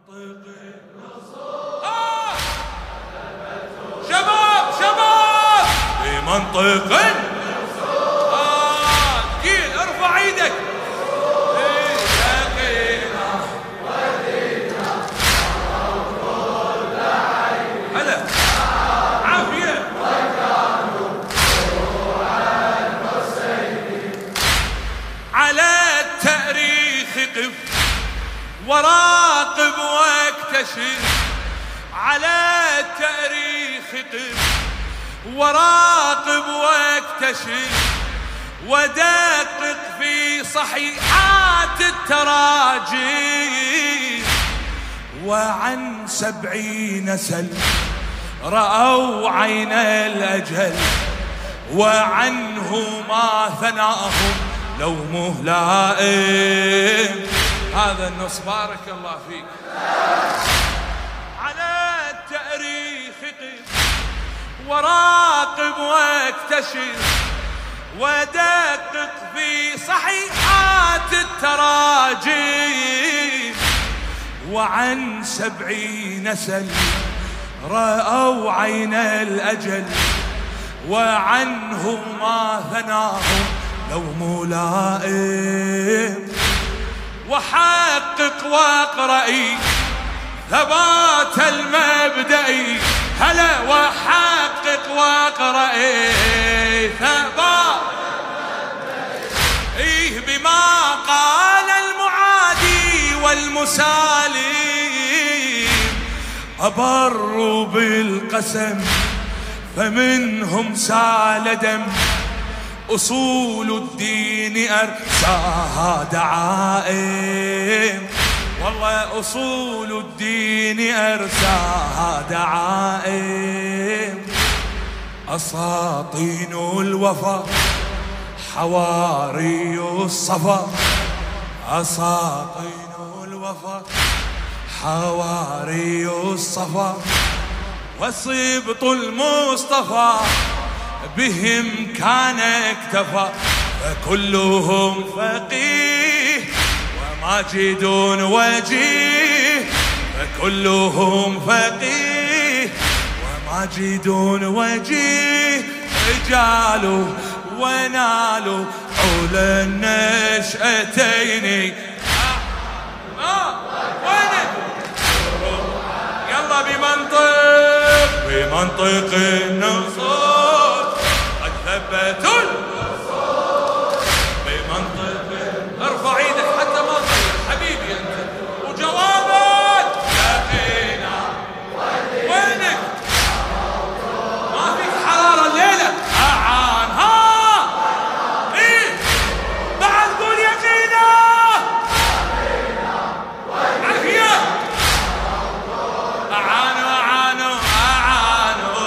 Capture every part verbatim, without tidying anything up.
بمنطق النصوص آه! شباب شباب بمنطق النصوص آه! جيل ارفع ايدك هلا عافية على التاريخ قف وراقب واكتشف على التاريخ قف وراقب واكتشف ودقق في صحيحات التراجم وعن سبعين سل رأوا عين الأجل وعنه ما ثناهم لومه لائم. هذا النص بارك الله فيك. على التاريخ قف وراقب واكتشف ودقق في صحيحات التراجم وعن سبعين سل رأوا عين الأجل وعنه ما ثناهم لوم لائم. وحقق واقرئي ثبات المبدئي هلا وحقق واقرئي ثبات إيه بما قال المعادي والمسالم أبروا بالقسم فمنهم سال دم أصول الدين أرساها دعائم والله أصول الدين أرساها دعائم. أساطين الوفا حواري الصفا أساطين الوفا حواري الصفا وصبط المصطفى بهم كان اكتفى فكلهم فقيه وماجد وجيه فكلهم فقيه وماجد وجيه رجال ونالوا حول النشأتين. آه وينك يلا بمنطق بمنطق النصوص قد ثبتوا النصوص بمنطق ارفع ايدك حتى ما تصير حبيبي انت وجوابك لقينا وينك ما فيك حرارة الليلة اعان ها ايه بعد قول يقينا عافية اعانوا اعانوا اعانوا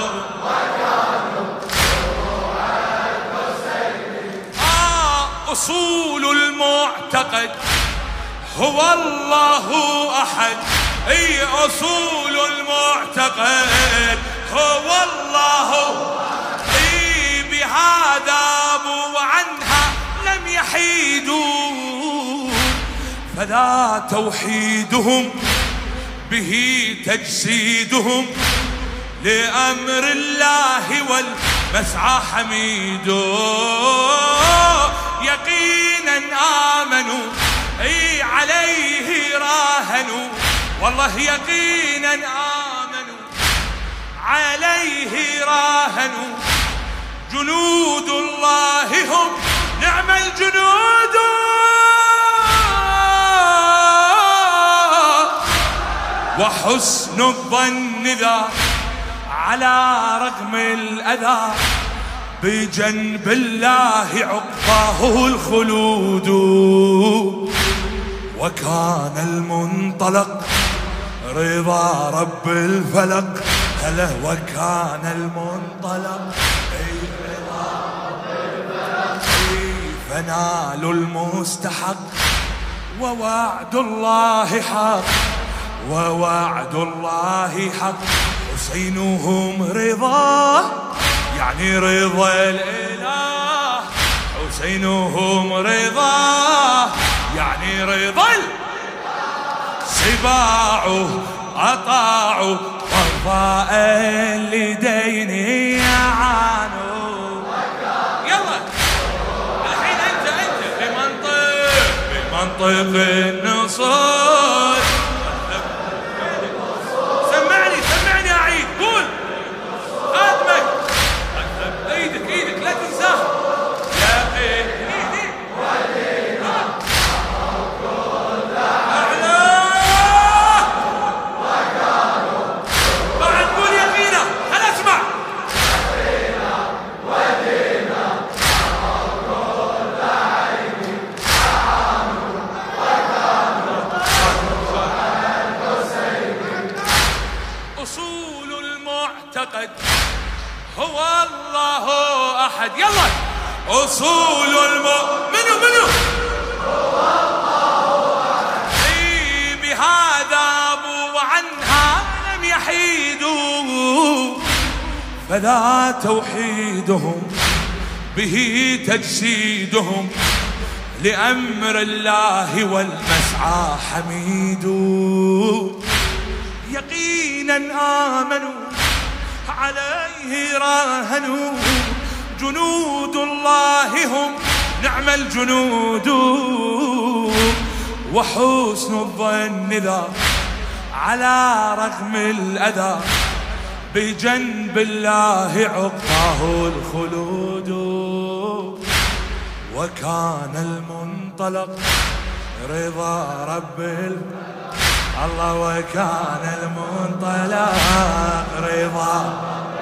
آه اصول المعتقد هو الله احد اي اصول المعتقد هو الله اي بهذا وعنها لم يحيدوا فذا توحيدهم به تجسيدهم لأمر الله والمسعى حميد. يقينا آمنوا أي عليه راهنوا والله يقينا آمنوا عليه راهنوا جنود الله هم نعم الجنود وحسن الظن ذا على رغم الأذى بجنب الله عقباه الخلود. وكان المنطلق رضا رب الفلق هلا وكان المنطلق أي رضا رب الفلق فنال المستحق ووعد الله حق ووعد الله حق. حسينهم رضا يعني رضا الإله حسينهم رضا يعني رضا سباعه أطاعوا وفاء لديني أعانوا. يلا الحين أنت أنت بمنطق بمنطق النصوص. سمعني سمعني أعيد قول خادمك ايدك ايدك لا تنساها يا ايدي هو الله أحد. يلا أصول المؤمن منو منو هو الله أحد. بهذا أبو عنها لم يحيدوا فذا توحيدهم به تجسيدهم لأمر الله والمسعى حميد. يقينا آمنوا عليه راهنوا جنود الله هم نعم الجنود. وحسن الظن ذا على رغم الأذى بجنب الله عقباه الخلود. وكان المنطلق رضا رب الله وكان المنطلق رضا.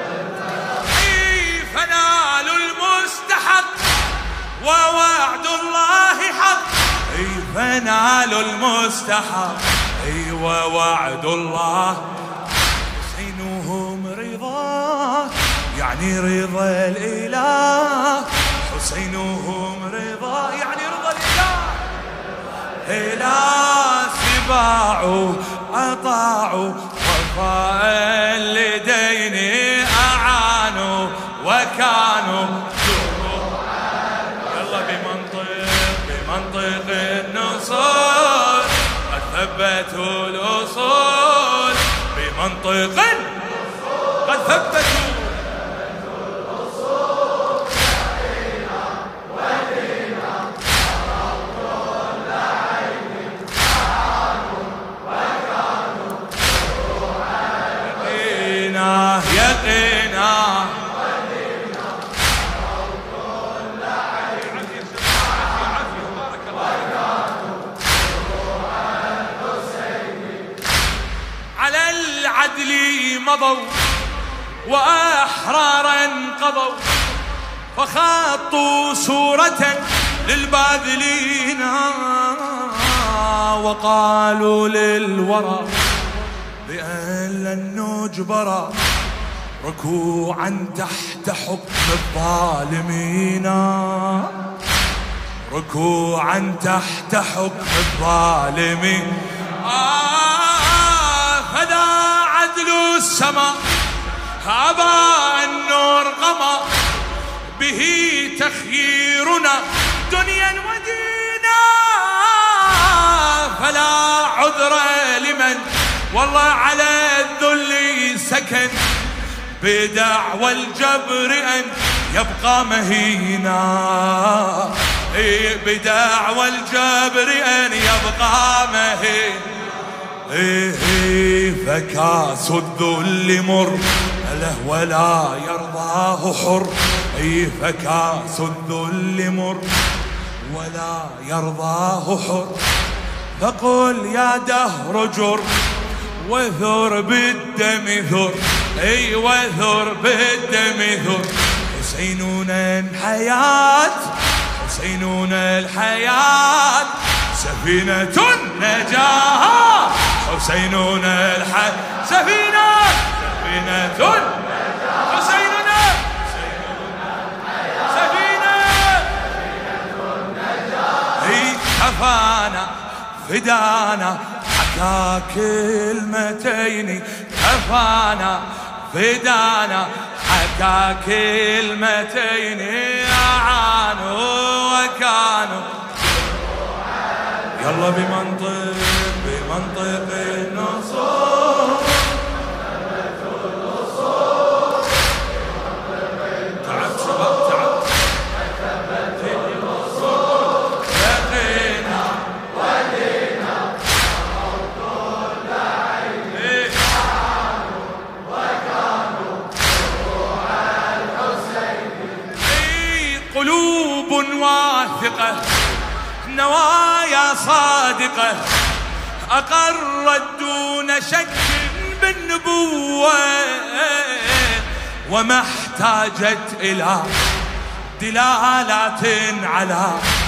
فنال المستحق ووعد الله حق. فنال المستحق ووعد الله. حسينهم رضا يعني رضا الإله. حسينهم رضا يعني رضا الإله. إله سباعوا أطاعوا وفاء لديني أعانوا وكانوا. يلا بمنطق بمنطق النصوص قد ثبتوا الأصول. بمنطق قد ثبتوا يقينا. على العدل مضوا وأحرارا قضوا فخطوا سورة للباذلين وقالوا للورى بأن لن نجبر ركوعا تحت حكم الظالمين. ركوعا تحت حكم الظالمين. آه فذا عدل السماء أبى النور قمى به تخييرنا دنيا ودينا. فلا عذر لمن والله على الذل سكن بدعوى الجبر أن يبقى مهينا. بدعوى الجبر أن يبقى مهينا. فكاس الذل مر له ولا يرضاه حر. فكاس الذل مر ولا يرضاه حر. فقل يا دهر جر وثر بالدم ثر. اي وثر بالدم ثر. حسيننا الحياة حسيننا الحياة سفينة النجاة. حسيننا الحياة سفينة سفينة حسيننا سفينة النجاة. كفانا فدانا حكى كلمتين. كفانا فدانا حكى كلمتين. أعانوا وكانوا. يلا بمنطق بمنطق بمنطق النصوص. تعبت شباب تعبت. لقينا ودينا كل عين وكانوا روح الحسين. قلوب واثقة نوايا صادقة أقرت دون شك بالنبوة وما احتاجت إلى دلالات على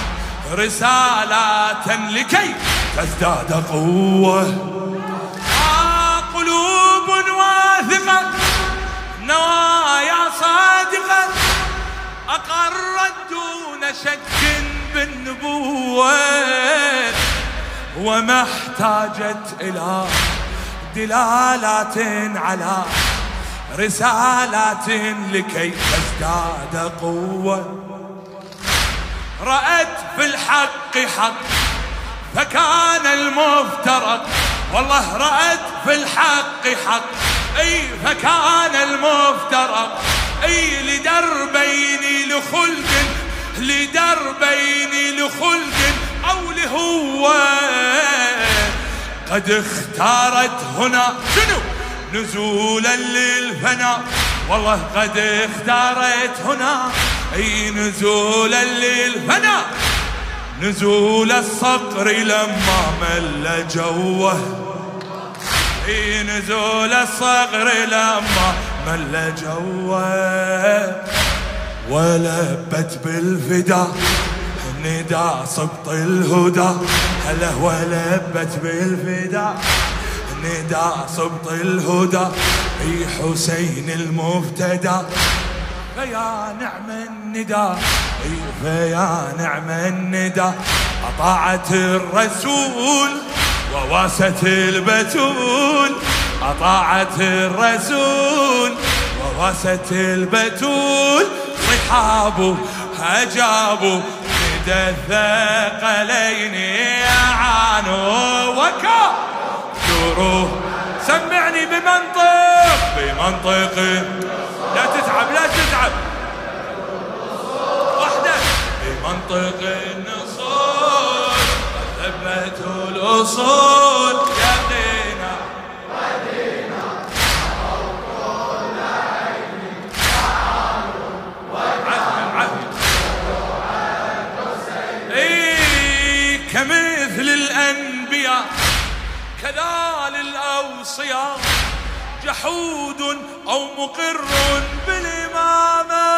رسالات لكي تزداد قوة. آه قلوب واثقة نوايا صادقة أقرت دون شك بالنبوة وما احتاجت إلى دلالات على رسالات لكي تزداد قوة. رأت في الحق حق فكان المفترق. والله رأت في الحق حق اي فكان المفترق. اي لدربين لخلد لدربين لخلد او لهو قد اختارت هنا شنو نزولا للفناء. والله قد اختارت هنا اي نزولا للفناء. نزول الصقر لما مل جوه. اي نزول الصقر لما مل جوه. ولبت بالفدا نداء سبط الهدى. هلا ولبت بالفدا نداء سبط الهدى. اي حسين المفتدى. فيا نعم النداء اي فيا نعم النداء. اطاعت الرسول وواست البتول. اطاعت الرسول وواست البتول. صحابه أجابوا ندى الثقلين أعانوا وكادروا. سمعني بمنطق بمنطق لا تتعب لا تتعب وحدة. بمنطق النصوص ثبتوا الأصول. يقينا ودينا كل عين كمثل الأنبياء كذا للأوصياء. جحود أو مقر بالإمامة.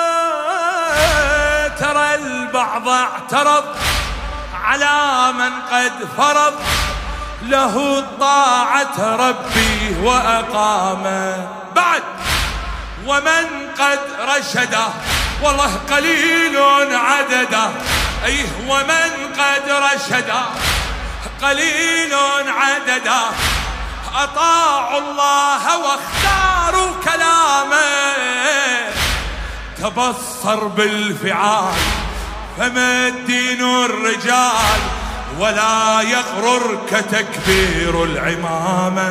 ترى البعض اعترض على من قد فرض له الطاعة ربي وأقامه. بعد ومن قد رشده والله قليل عدده. أيه ومن قد رشدا قليل عددا. أطاعوا الله واختاروا كلامه. تبصر بالفعال فما الدين الرجال ولا يغررك تكبير العمامة.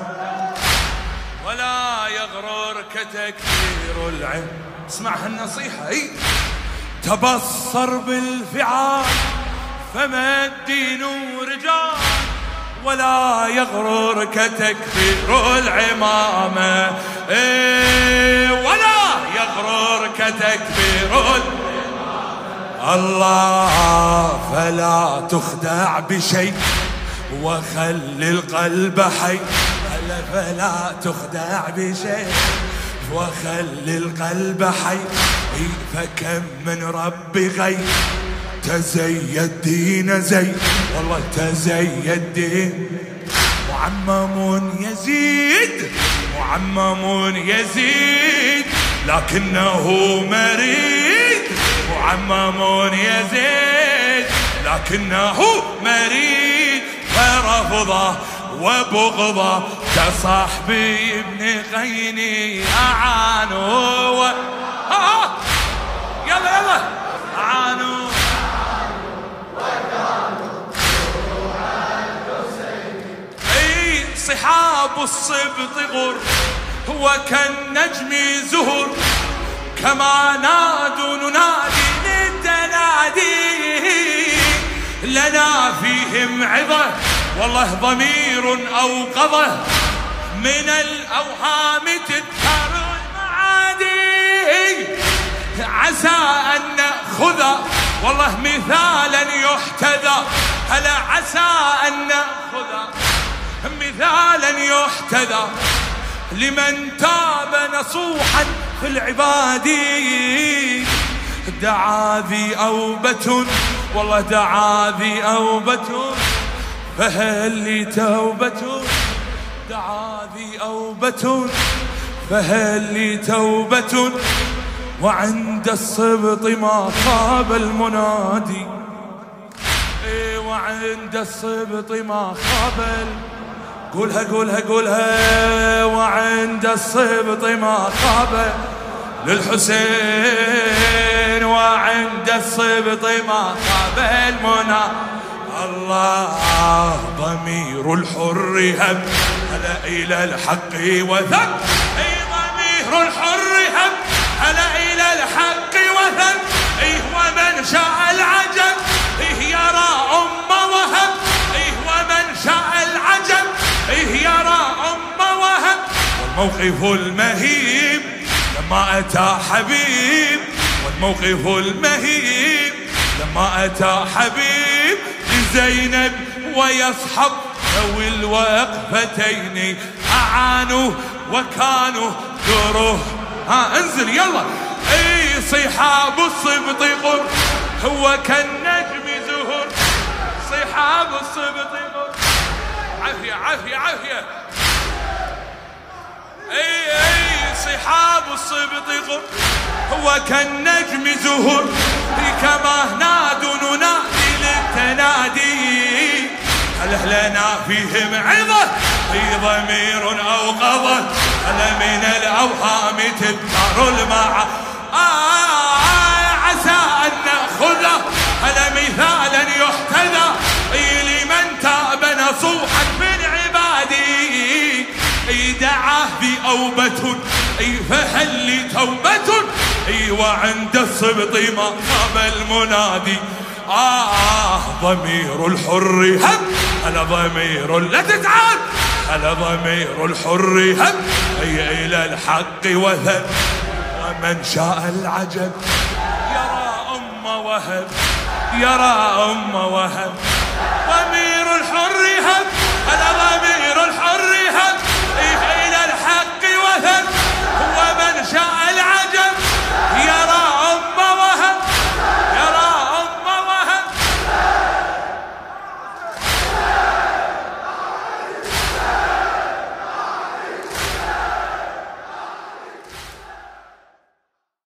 ولا يغررك تكبير العمامة. اسمع هالنصيحة اي تبصر بالفعال فما الدين رجال ولا يغررك تكبير العمامة. إيه ولا يغررك تكبير العمامة. الله فلا تخدع بشيء وخل القلب حي. هلا فلا تخدع بشيء وخل القلب حي. فكم من ربي غي تزيد دين زي. والله تزيد دين. معمم يزيد معمم يزيد لكنه مريد. معمم يزيد لكنه مريد. فرفضه وبغضه كصاحبي ابن غيني أعانوا. آه يلا يلا أعانوا وكانوا روح الحسين. صحاب الصبط غر وكالنجم زهر كما نادوا ننادي للتنادي لنا فيهم عظة والله ضمير أوقظه من الأوهام تذكر المعادي عسى أن نأخذ والله مثالا يحتذى هلا عسى أن نأخذ مثالا يحتذى لمن تاب نصوحا في العباد دعا ذي أوبة والله دعا ذي أوبة فهل لي توبة دعا ذي أوبة فهل لي توبة وعند الصبط ما خاب المنادي اي وعند الصبط ما خاب قولها قولها قولها وعند الصبط ما خاب للحسين وعند الصبط ما خاب المنى الله ضمير الحر هب هلا إلى الحق وثب اي ضمير الحر هب هلا إلى الحق وثب اي ومن شاء العجب ايه يرى أم وهب ايه ومن شاء العجب ايه يرى أم وهب والموقف المهيب لما أتى حبيب والموقف المهيب لما أتى حبيب لزينب ويصحب ذوي الوقفتين أعانوا وكانوا كروه ها انزل يلا اي صحاب الصبط قر هو كالنجم زهر صحاب الصبط قر عافية عافية عافية اي اي صحاب الصبط قر هو كالنجم زهر كما نادوا ننادي للتنادي هل لنا فيهم عظة في ضمير أوقظة هل من الأوهام تذكر المعا آه عسى أن نأخذه هل مثالا يحتذى لمن تاب نصوحا في العباد دعاه بأوبة فهل لي توبة وعند الصبط ما خاب المنادي آه ضمير الحر هب أنا ضمير لا تتعاد أنا ضمير الحر هب أي إلى الحق وثب ومن شاء العجب يرى أم وهب يرى أم